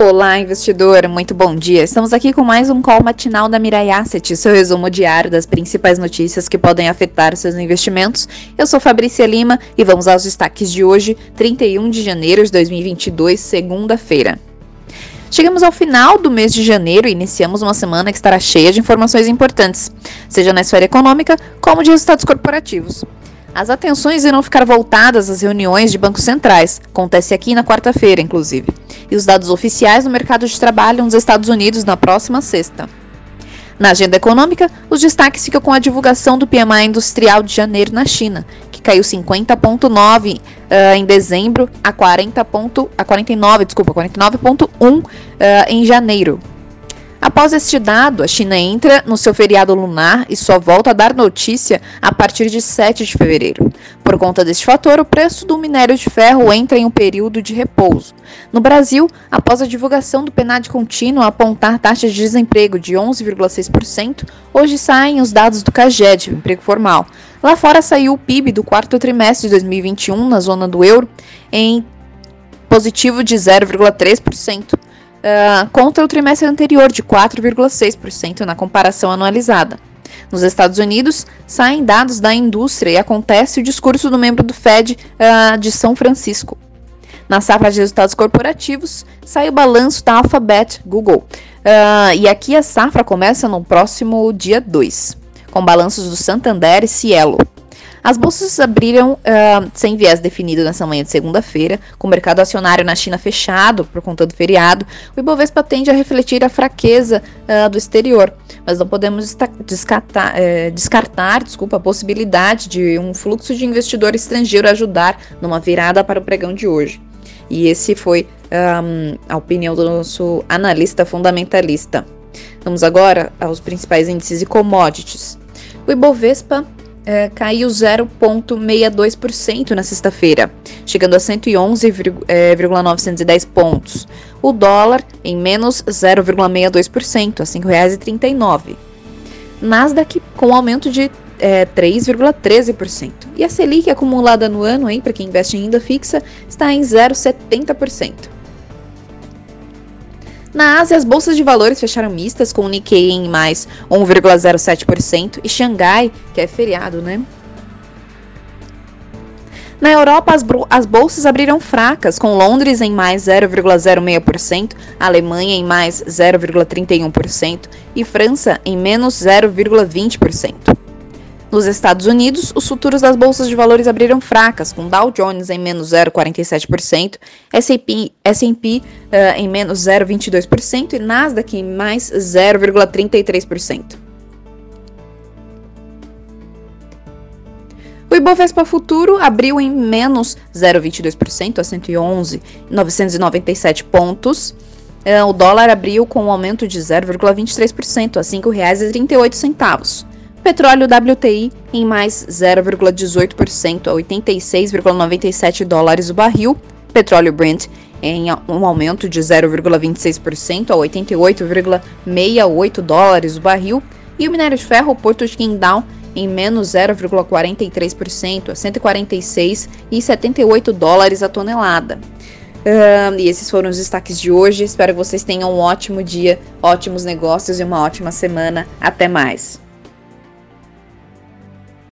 Olá, investidor, muito bom dia. Estamos aqui com mais um call matinal da Mirai Asset, seu resumo diário das principais notícias que podem afetar seus investimentos. Eu sou Fabrícia Lima e vamos aos destaques de hoje, 31 de janeiro de 2022, segunda-feira. Chegamos ao final do mês de janeiro e iniciamos uma semana que estará cheia de informações importantes, seja na esfera econômica como de resultados corporativos. As atenções irão ficar voltadas às reuniões de bancos centrais, acontece aqui na quarta-feira, inclusive, e os dados oficiais no mercado de trabalho nos Estados Unidos na próxima sexta. Na agenda econômica, os destaques ficam com a divulgação do PMI industrial de janeiro na China, que caiu 50,9 em dezembro a 49,1 em janeiro. Após este dado, a China entra no seu feriado lunar e só volta a dar notícia a partir de 7 de fevereiro. Por conta deste fator, o preço do minério de ferro entra em um período de repouso. No Brasil, após a divulgação do PNAD contínuo a apontar taxas de desemprego de 11,6%, hoje saem os dados do CAGED, o emprego formal. Lá fora saiu o PIB do quarto trimestre de 2021 na zona do euro em positivo de 0,3%. Contra o trimestre anterior de 4,6% na comparação anualizada. Nos Estados Unidos, saem dados da indústria e acontece o discurso do membro do Fed de São Francisco. Na safra de resultados corporativos, sai o balanço da Alphabet Google. E aqui a safra começa no próximo dia 2, com balanços do Santander e Cielo. As bolsas abriram sem viés definido nessa manhã de segunda-feira, com o mercado acionário na China fechado por conta do feriado. O Ibovespa tende a refletir a fraqueza do exterior, mas não podemos descartar a possibilidade de um fluxo de investidor estrangeiro ajudar numa virada para o pregão de hoje. E esse foi a opinião do nosso analista fundamentalista. Vamos agora aos principais índices e commodities. O Ibovespa caiu 0,62% na sexta-feira, chegando a 111,910 pontos. O dólar em menos 0,62%, a R$ 5,39. Nasdaq com aumento de 3,13%. E a Selic acumulada no ano, para quem investe em renda fixa, está em 0,70%. Na Ásia, as bolsas de valores fecharam mistas, com o Nikkei em mais 1,07% e Xangai, que é feriado, Na Europa, as bolsas abriram fracas, com Londres em mais 0,06%, Alemanha em mais 0,31% e França em menos 0,20%. Nos Estados Unidos, os futuros das bolsas de valores abriram fracas, com Dow Jones em menos 0,47%, S&P em menos 0,22% e Nasdaq em mais 0,33%. O Ibovespa Futuro abriu em menos 0,22%, a 111.997 pontos. O dólar abriu com um aumento de 0,23%, a R$ 5,38. Petróleo WTI em mais 0,18% a 86,97 dólares o barril. Petróleo Brent em um aumento de 0,26% a 88,68 dólares o barril. E o minério de ferro Porto de Qingdao em menos 0,43% a 146,78 dólares a tonelada. E esses foram os destaques de hoje. Espero que vocês tenham um ótimo dia, ótimos negócios e uma ótima semana. Até mais!